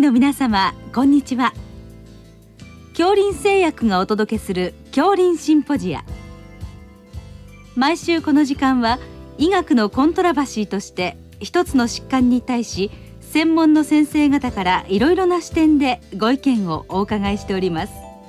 の皆様、こんにちは。杏林製薬がお届けする杏林シンポジア。毎週この時間は医学のコントラバシーとして一つの疾患に対し専門の先生方からいろいろな視点でご意見をお伺いしております。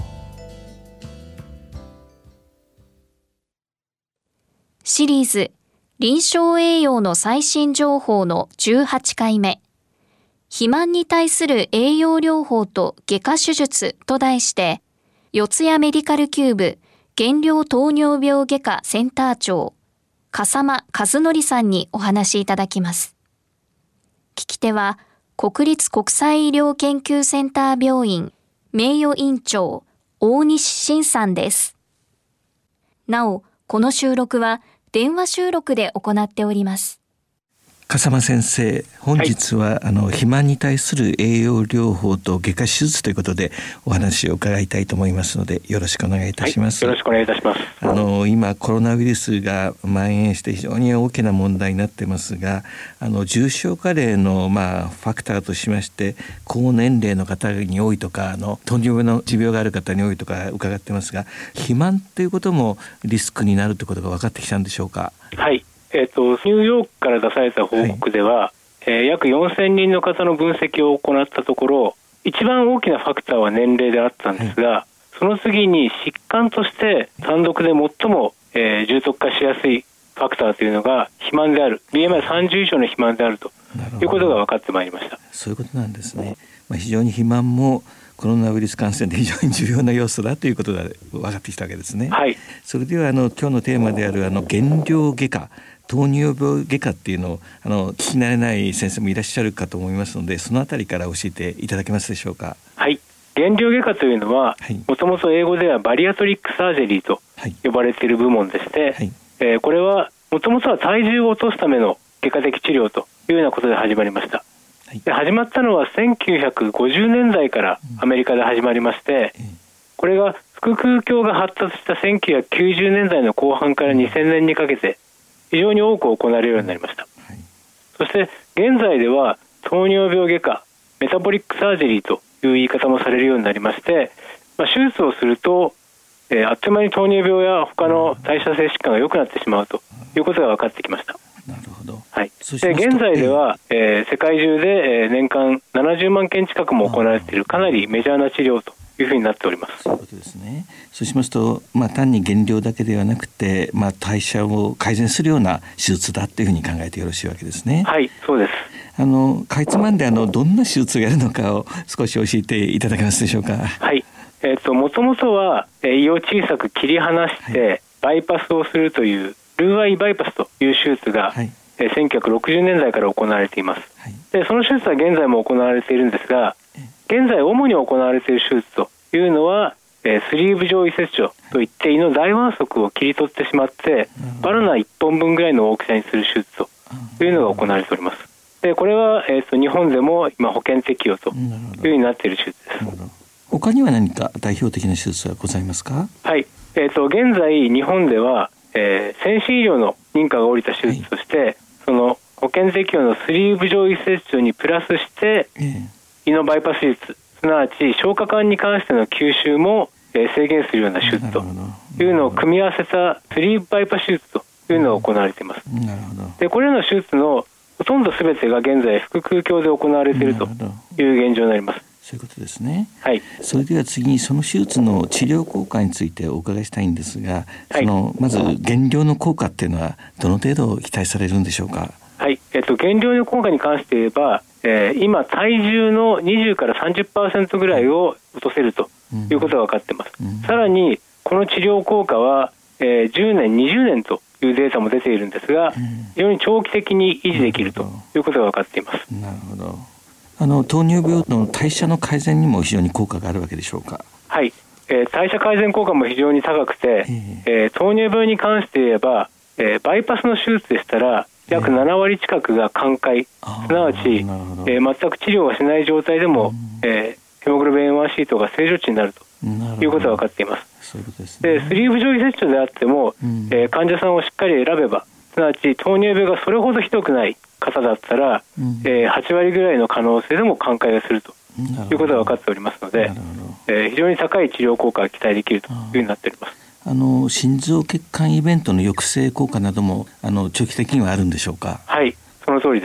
シリーズ臨床栄養の最新情報の18回目、肥満に対する栄養療法と外科手術と題して、四谷メディカルキューブ減量糖尿病外科センター長笠間和則さんにお話しいただきます。聞き手は国立国際医療研究センター病院名誉院長大西晋さんです。なお、この収録は電話収録で行っております。 笠間先生、本日は、肥満に対する栄養療法と外科手術ということでお話を伺いたいと思いますので、よろしくお願いいたします。 よろしくお願いいたします。 今コロナウイルスが蔓延して非常に大きな問題になってますが、重症化例のファクターとしまして、高年齢の方に多いとか、糖尿病の持病がある方に多いとか伺ってますが、肥満ということもリスクになるということが分かってきたんでしょうか。 はい、ニューヨークから出された報告では、約4000人の方の分析を行ったところ、一番大きなファクターは年齢であったんですが、その次に疾患として単独で最も、重篤化しやすいファクターというのが肥満である、 BMI30 以上の肥満であるということが分かってまいりました。 そういうことなんですね。非常に肥満もコロナウイルス感染で非常に重要な要素だということが分かってきたわけですね。 はい、 それでは今日のテーマである減量外科、糖尿病外科っていうのを聞き慣れない先生もいらっしゃるかと思いますので、そのあたりから教えていただけますでしょうか。 はい、減量外科というのはもともと英語ではバリアトリックサージェリーと呼ばれている部門でして、これはもともとは体重を落とすための外科的治療というようなことで始まりました。で、始まったのは1950年代からアメリカで始まりまして、これが腹腔鏡が発達した1990年代の後半から2000年にかけて非常に多く行われるようになりました。そして現在では糖尿病外科、メタボリックサージェリーという言い方もされるようになりまして、手術をすると、あっという間に糖尿病や他の代謝性疾患が良くなってしまうということが分かってきました。 なるほど。 はい、で現在では、世界中で、年間70万件近くも行われているかなりメジャーな治療というふうになっております。 そういうことですね。そうしますと、単に減量だけではなくて、代謝を改善するような手術だというふうに考えてよろしいわけですね。 はい、そうです。 かいつまんでどんな手術をやるのかを少し教えていただけますでしょうか。 はい、もともとは、胃を小さく切り離して、バイパスをするというルーアイバイパスという手術が、1960年代から行われています。でその手術は現在も行われているんですが、現在主に行われている手術というのは、スリーブ状移切除といって胃の大腕側を切り取ってしまってバナナ1本分ぐらいの大きさにする手術というのが行われております。でこれは、日本でも今保険適用というふうになっている手術です。 他には何か代表的な手術はございますか。 はい、現在日本では、先進医療の認可が下りた手術として、その保険適用のスリーブ状移切除にプラスして、胃のバイパス手術、すなわち消化管に関しての吸収も、制限するような手術というのを組み合わせたスリーブバイパス手術というのが行われています。 なるほど。 でこれらの手術のほとんど全てが現在腹腔鏡で行われているという現状になります。 そういうことですね。 はい、 それでは次にその手術の治療効果についてお伺いしたいんですが、まず減量の効果っていうのはどの程度期待されるんでしょうか。 はい、減量の効果に関して言えば、今体重の20から 30% ぐらいを落とせるということが分かっています。さらにこの治療効果は、10年20年というデータも出ているんですが、非常に長期的に維持できるということが分かっています。 なるほど。糖尿病の代謝の改善にも非常に効果があるわけでしょうか。 はい、代謝改善効果も非常に高くて、糖尿病に関して言えば、バイパスの手術でしたら約7割近くが寛解、すなわち、全く治療がしない状態でも、ヘモグロビン A1C とか正常値になるということが分かっています。 そういうことですね。 でスリーブ状移切除であっても、患者さんをしっかり選べば、すなわち糖尿病がそれほどひどくない方だったら、8割ぐらいの可能性でも寛解がするということが分かっておりますので、非常に高い治療効果が期待できるというふうになっております。 心臓血管イベントの抑制効果なども長期的にはあるんでしょうか。 はい、その通りです。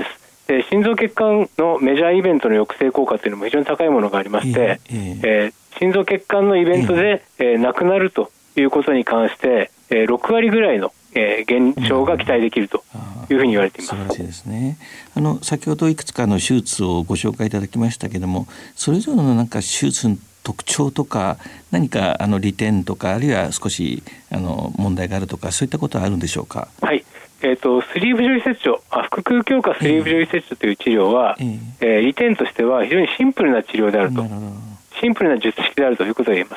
心臓血管のメジャーイベントの抑制効果というのも非常に高いものがありまして、心臓血管のイベントで、亡くなるということに関して、6割ぐらいの、減少が期待できるというふうに言われています。 素晴らしいですね。先ほどいくつかの手術をご紹介いただきましたけれども、それぞれの手術の特徴とか何か利点とか、あるいは少し問題があるとか、そういったことはあるんでしょうか。 はい、スリーブ上位切除、腹腔鏡下スリーブ上位切除という治療は、利点としては非常にシンプルな治療であると、シンプルな術式であるということが言えます。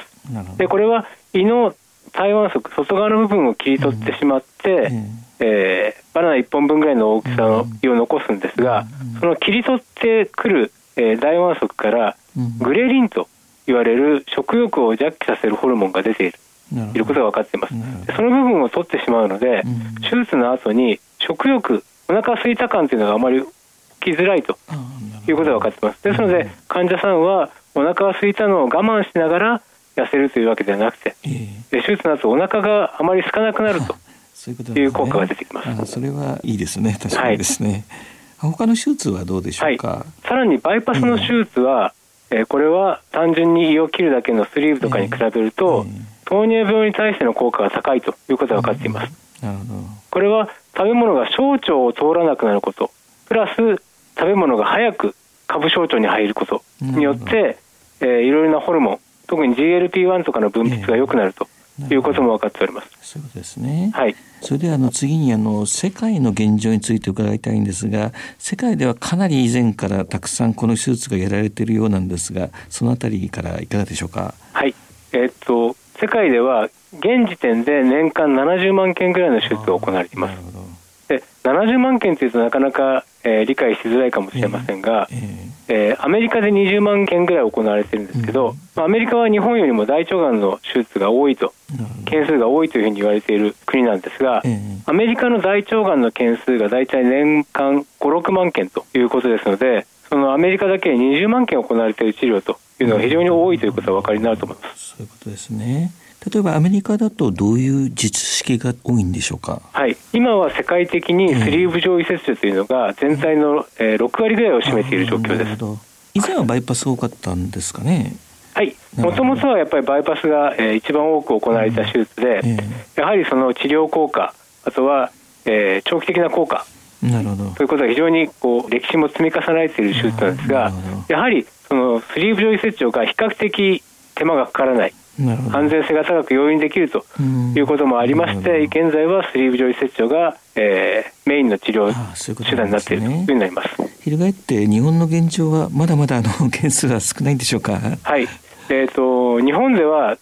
でこれは胃の体腕側外側の部分を切り取ってしまって、バナナ1本分ぐらいの大きさの胃を残すんですが、その切り取ってくる、大腕側からグレリンと言われる食欲を弱気させるホルモンが出ていることが分かっています。その部分を取ってしまうので、手術の後に食欲、お腹空いた感というのがあまり起きづらいということが分かっています。ですので患者さんはお腹が空いたのを我慢しながら痩せるというわけではなくて、手術の後お腹があまり空かなくなるという効果が出てきます。 それはいいですね。確かにですね、他の手術はどうでしょうか。 さらにバイパスの手術は、これは単純に胃を切るだけのスリーブとかに比べると、糖尿病に対しての効果が高いということが分かっています。これは食べ物が小腸を通らなくなること、プラス食べ物が早く下部小腸に入ることによって、いろいろなホルモン、特に GLP-1 とかの分泌が良くなるということも分かっております。 そうですね。 はい。 それで次に世界の現状について伺いたいんですが、世界ではかなり以前からたくさんこの手術がやられているようなんですが、そのあたりからいかがでしょうか。 はい。世界では現時点で年間70万件ぐらいの手術が行われています。で70万件というとなかなか、理解しづらいかもしれませんが、アメリカで20万件ぐらい行われているんですけど、アメリカは日本よりも大腸がんの手術が多いと、件数が多いというふうに言われている国なんですが、アメリカの大腸がんの件数がだいたい年間5、6万件ということですので、そのアメリカだけで20万件行われている治療というのは非常に多いということがお分かりになると思います。 そういうことですね。例えばアメリカだとどういう術式が多いんでしょうか。 はい、今は世界的にスリーブ上位切除というのが全体の6割ぐらいを占めている状況です。 以前はバイパス多かったんですかね。 はい、もともとはやっぱりバイパスが一番多く行われた手術で、やはりその治療効果、あとは長期的な効果ということが非常に歴史も積み重ねられている手術なんですが、やはりそのスリーブ上位切除が比較的手間がかからない、安全性が高く容易にできるということもありまして、現在はスリーブ上位切除が、メインの治療手段になっているというふうになります。 翻って日本の現状はまだまだ件数は少ないんでしょうか。 はい、日本では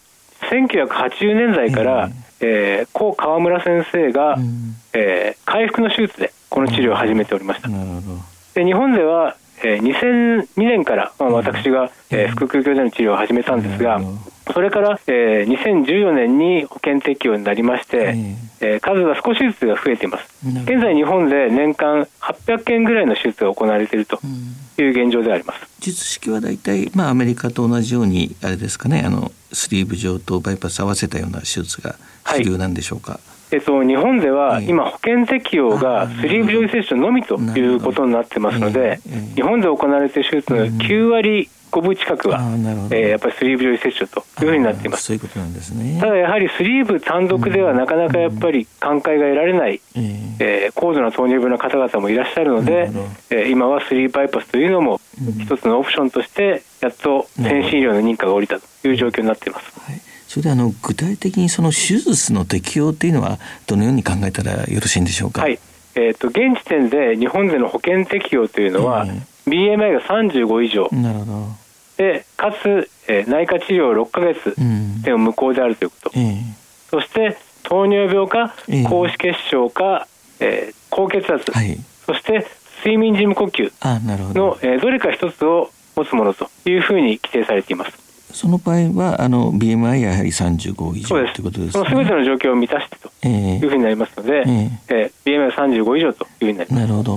1980年代から、高川村先生が、回復の手術でこの治療を始めておりました。で日本では2002年から、私が、腹腔鏡での治療を始めたんですが、それから、2014年に保険適用になりまして、数が少しずつが増えています。現在日本で年間800件ぐらいの手術が行われているという現状であります。 術式はだいたいアメリカと同じようにあれですかね、スリーブ状とバイパス合わせたような手術が主流なんでしょうか。 日本では今保険適用がスリーブ上位切除のみということになってますので、日本で行われている手術の9割5分近くは、やっぱりスリーブ上位切除というふうになっています。 そういうことなんですね。 ただやはりスリーブ単独ではなかなかやっぱり寛解が得られない、高度な糖尿病の方々もいらっしゃるので、今はスリーブバイパスというのも一つのオプションとしてやっと先進医療の認可が下りたという状況になっています。 それで具体的にその手術の適用というのはどのように考えたらよろしいんでしょうか。 はい、現時点で日本での保険適用というのは、BMI が35以上で、かつ、内科治療6ヶ月で無効であるということ、そして糖尿病か高脂血症か、高血圧、そして睡眠時無呼吸のどれか一つを持つものというふうに規定されています。 その場合はBMI やはり35以上ということですね。 その全ての状況を満たしてというふうになりますので、BMI 35以上というふうになります。 なるほど。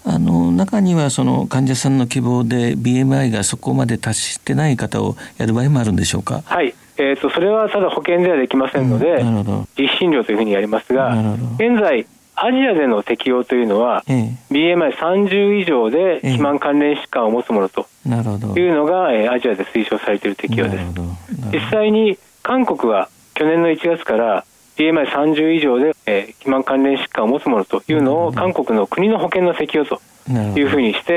中にはその患者さんの希望で BMI がそこまで達してない方をやる場合もあるんでしょうか。 はい、それはただ保険ではできませんので、実診療というふうにやりますが、現在アジアでの適用というのは、BMI30 以上で肥満関連疾患を持つものというのが、アジアで推奨されている適用です。実際に韓国は去年の1月から BMI30 以上で、肥満関連疾患を持つものというのを韓国の国の保険の適用というふうにして、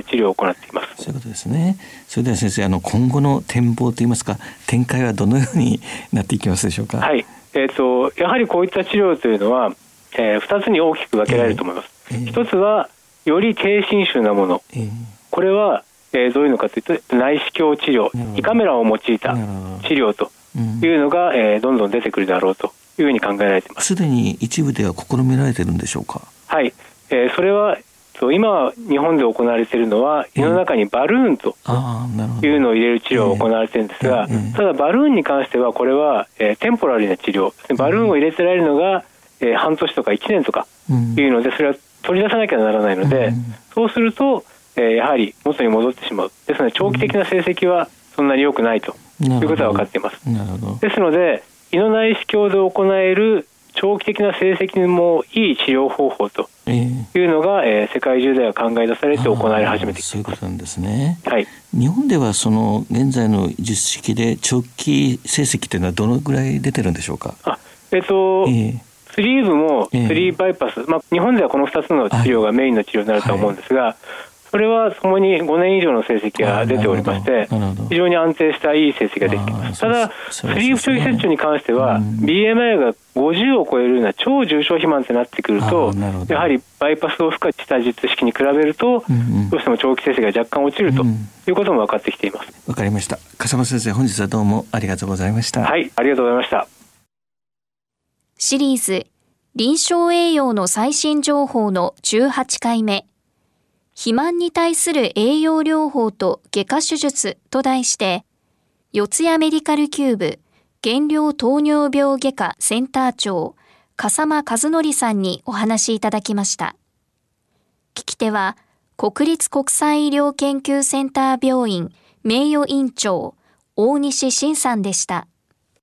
治療を行っています。 そういうことですね。それでは先生、今後の展望といいますか、展開はどのようになっていきますでしょうか。 はい、やはりこういった治療というのは、2つに大きく分けられると思います。一つはより低侵襲なもの、これは、どういうのかというと内視鏡治療、胃カメラを用いた治療というのが、どんどん出てくるだろうというふうに考えられています。 すでに一部では試みられているんでしょうか。 はい、それは今日本で行われているのは胃の中にバルーンというのを入れる治療が行われているんですが、ただバルーンに関してはこれは、テンポラリーな治療、バルーンを入れてられるのが、半年とか1年とかいうので、それは取り出さなきゃならないので、そうすると、やはり元に戻ってしまう。ですので長期的な成績はそんなに良くないということが分かっています。ですので胃の内視鏡で行える長期的な成績にもいい治療方法というのが、世界中では考え出されて行われ始めてきています。 そういうことなんですね。 はい、 日本ではその現在の術式で長期成績というのはどのぐらい出てるんでしょうか。スリーブもスリーバイパス、日本ではこの2つの治療がメインの治療になると思うんですが、それはともに5年以上の成績が出ておりまして、非常に安定したいい成績が出てきます。ただスリーブ長期切除に関しては、BMI が50を超えるような超重症肥満となってくると、やはりバイパスを付加した術式に比べると、どうしても長期成績が若干落ちるということも分かってきています。 わかりました。笠間先生、本日はどうもありがとうございました。 はい、ありがとうございました。 シリーズ臨床栄養の最新情報の18回目、肥満に対する栄養療法と外科手術と題して、四谷メディカルキューブ減量糖尿病外科センター長笠間和則さんにお話しいただきました。聞き手は国立国際医療研究センター病院名誉院長大西晋さんでした。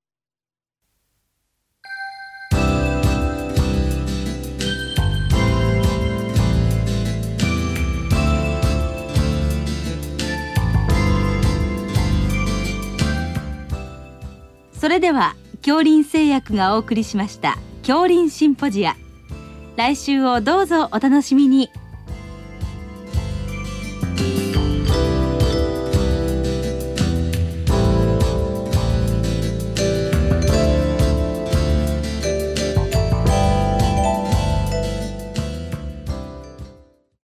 それでは杏林製薬がお送りしました杏林シンポジア、来週をどうぞお楽しみに。